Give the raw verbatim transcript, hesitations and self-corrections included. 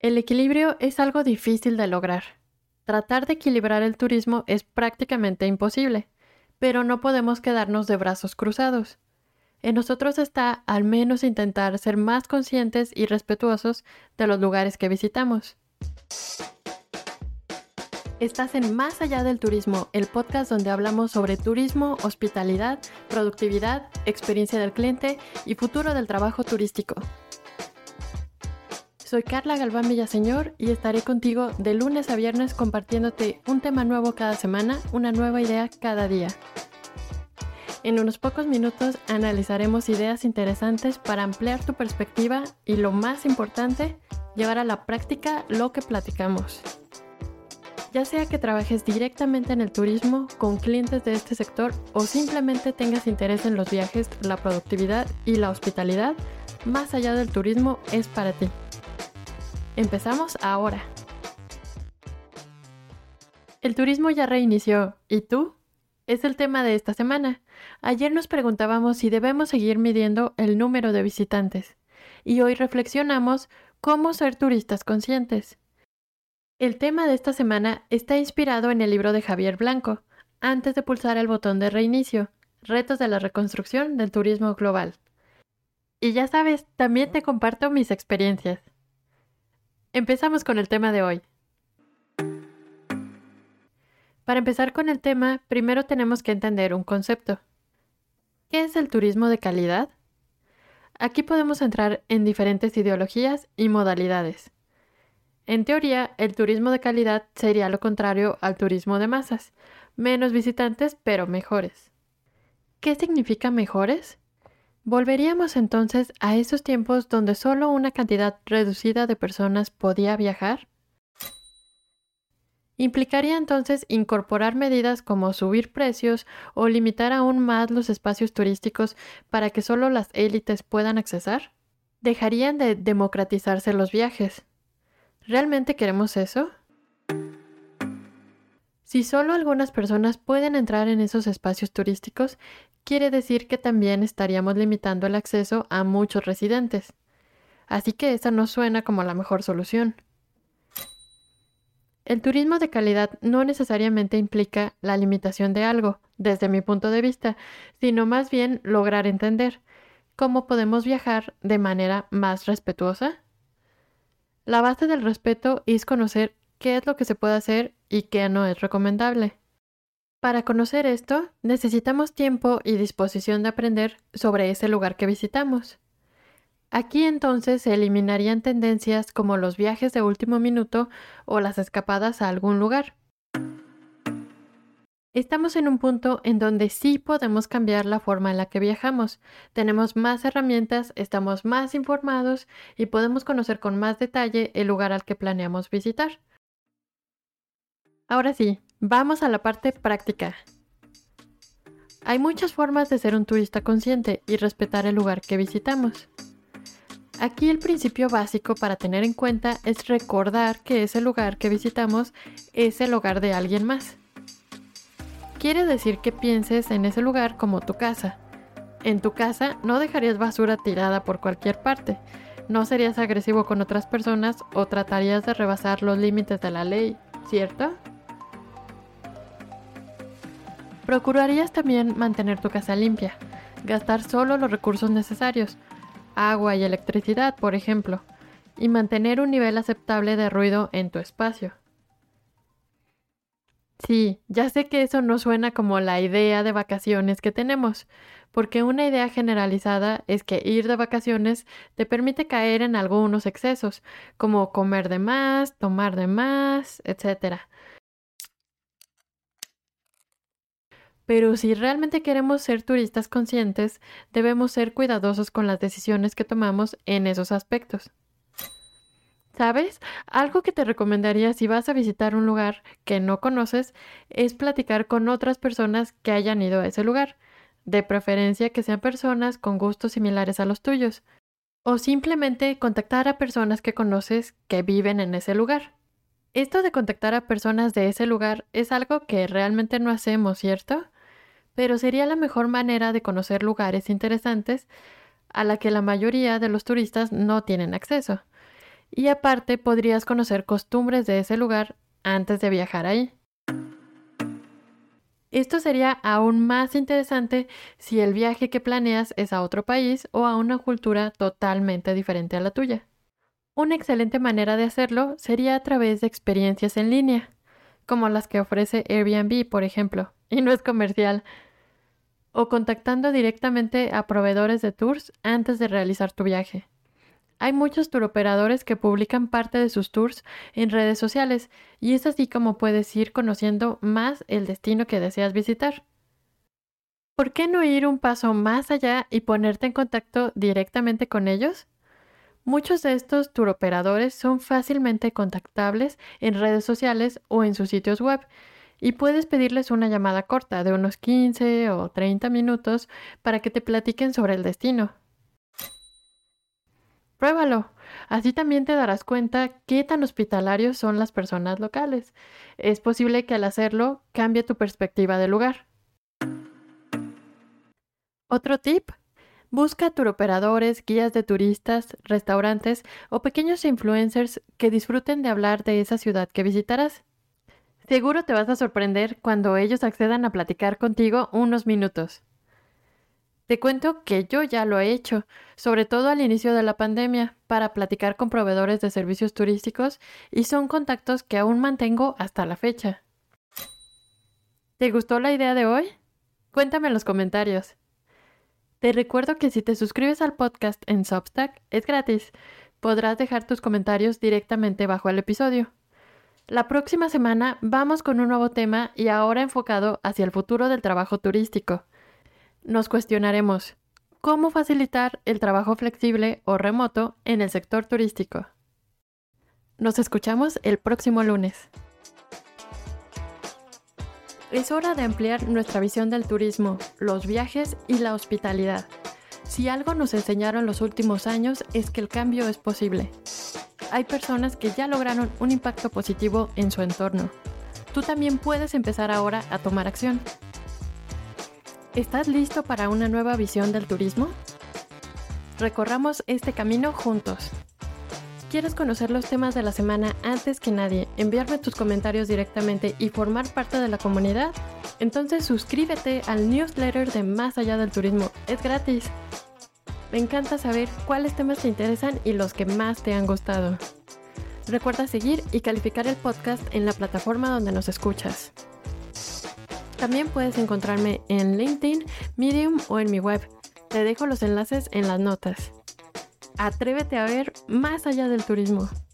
El equilibrio es algo difícil de lograr. Tratar de equilibrar el turismo es prácticamente imposible, pero no podemos quedarnos de brazos cruzados. En nosotros está al menos intentar ser más conscientes y respetuosos de los lugares que visitamos. Estás en Más Allá del Turismo, el podcast donde hablamos sobre turismo, hospitalidad, productividad, experiencia del cliente y futuro del trabajo turístico. Soy Carla Galván Villaseñor y estaré contigo de lunes a viernes compartiéndote un tema nuevo cada semana, una nueva idea cada día. En unos pocos minutos analizaremos ideas interesantes para ampliar tu perspectiva y, lo más importante, llevar a la práctica lo que platicamos. Ya sea que trabajes directamente en el turismo, con clientes de este sector o simplemente tengas interés en los viajes, la productividad y la hospitalidad, Más Allá del Turismo es para ti. Empezamos ahora. El turismo ya reinició, ¿y tú? Es el tema de esta semana. Ayer nos preguntábamos si debemos seguir midiendo el número de visitantes, y hoy reflexionamos cómo ser turistas conscientes. El tema de esta semana está inspirado en el libro de Javier Blanco, Antes de pulsar el botón de reinicio, retos de la reconstrucción del turismo global. Y ya sabes, también te comparto mis experiencias. Empezamos con el tema de hoy. Para empezar con el tema, primero tenemos que entender un concepto. ¿Qué es el turismo de calidad? Aquí podemos entrar en diferentes ideologías y modalidades. En teoría, el turismo de calidad sería lo contrario al turismo de masas, menos visitantes pero mejores. ¿Qué significa mejores? ¿Volveríamos entonces a esos tiempos donde solo una cantidad reducida de personas podía viajar? ¿Implicaría entonces incorporar medidas como subir precios o limitar aún más los espacios turísticos para que solo las élites puedan accesar? ¿Dejarían de democratizarse los viajes? ¿Realmente queremos eso? Si solo algunas personas pueden entrar en esos espacios turísticos, quiere decir que también estaríamos limitando el acceso a muchos residentes. Así que esa no suena como la mejor solución. El turismo de calidad no necesariamente implica la limitación de algo, desde mi punto de vista, sino más bien lograr entender cómo podemos viajar de manera más respetuosa. La base del respeto es conocer qué es lo que se puede hacer y qué no es recomendable. Para conocer esto, necesitamos tiempo y disposición de aprender sobre ese lugar que visitamos. Aquí entonces se eliminarían tendencias como los viajes de último minuto o las escapadas a algún lugar. Estamos en un punto en donde sí podemos cambiar la forma en la que viajamos. Tenemos más herramientas, estamos más informados y podemos conocer con más detalle el lugar al que planeamos visitar. Ahora sí, vamos a la parte práctica. Hay muchas formas de ser un turista consciente y respetar el lugar que visitamos. Aquí el principio básico para tener en cuenta es recordar que ese lugar que visitamos es el hogar de alguien más. Quiere decir que pienses en ese lugar como tu casa. En tu casa no dejarías basura tirada por cualquier parte, no serías agresivo con otras personas o tratarías de rebasar los límites de la ley, ¿cierto? Procurarías también mantener tu casa limpia, gastar solo los recursos necesarios, agua y electricidad, por ejemplo, y mantener un nivel aceptable de ruido en tu espacio. Sí, ya sé que eso no suena como la idea de vacaciones que tenemos, porque una idea generalizada es que ir de vacaciones te permite caer en algunos excesos, como comer de más, tomar de más, etcétera. Pero si realmente queremos ser turistas conscientes, debemos ser cuidadosos con las decisiones que tomamos en esos aspectos. ¿Sabes? Algo que te recomendaría si vas a visitar un lugar que no conoces es platicar con otras personas que hayan ido a ese lugar, de preferencia que sean personas con gustos similares a los tuyos, o simplemente contactar a personas que conoces que viven en ese lugar. Esto de contactar a personas de ese lugar es algo que realmente no hacemos, ¿cierto? Pero sería la mejor manera de conocer lugares interesantes a la que la mayoría de los turistas no tienen acceso. Y aparte podrías conocer costumbres de ese lugar antes de viajar ahí. Esto sería aún más interesante si el viaje que planeas es a otro país o a una cultura totalmente diferente a la tuya. Una excelente manera de hacerlo sería a través de experiencias en línea, como las que ofrece Airbnb, por ejemplo, y no es comercial, o contactando directamente a proveedores de tours antes de realizar tu viaje. Hay muchos turoperadores que publican parte de sus tours en redes sociales y es así como puedes ir conociendo más el destino que deseas visitar. ¿Por qué no ir un paso más allá y ponerte en contacto directamente con ellos? Muchos de estos turoperadores son fácilmente contactables en redes sociales o en sus sitios web y puedes pedirles una llamada corta de unos quince o treinta minutos para que te platiquen sobre el destino. Pruébalo. Así también te darás cuenta qué tan hospitalarios son las personas locales. Es posible que al hacerlo cambie tu perspectiva del lugar. Otro tip. Busca turoperadores, guías de turistas, restaurantes o pequeños influencers que disfruten de hablar de esa ciudad que visitarás. Seguro te vas a sorprender cuando ellos accedan a platicar contigo unos minutos. Te cuento que yo ya lo he hecho, sobre todo al inicio de la pandemia, para platicar con proveedores de servicios turísticos y son contactos que aún mantengo hasta la fecha. ¿Te gustó la idea de hoy? Cuéntame en los comentarios. Te recuerdo que si te suscribes al podcast en Substack, es gratis. Podrás dejar tus comentarios directamente bajo el episodio. La próxima semana vamos con un nuevo tema y ahora enfocado hacia el futuro del trabajo turístico. Nos cuestionaremos cómo facilitar el trabajo flexible o remoto en el sector turístico. Nos escuchamos el próximo lunes. Es hora de ampliar nuestra visión del turismo, los viajes y la hospitalidad. Si algo nos enseñaron los últimos años es que el cambio es posible. Hay personas que ya lograron un impacto positivo en su entorno. Tú también puedes empezar ahora a tomar acción. ¿Estás listo para una nueva visión del turismo? Recorramos este camino juntos. ¿Quieres conocer los temas de la semana antes que nadie, enviarme tus comentarios directamente y formar parte de la comunidad? Entonces suscríbete al newsletter de Más Allá del Turismo. Es gratis. Me encanta saber cuáles temas te interesan y los que más te han gustado. Recuerda seguir y calificar el podcast en la plataforma donde nos escuchas. También puedes encontrarme en LinkedIn, Medium o en mi web. Te dejo los enlaces en las notas. Atrévete a ver más allá del turismo.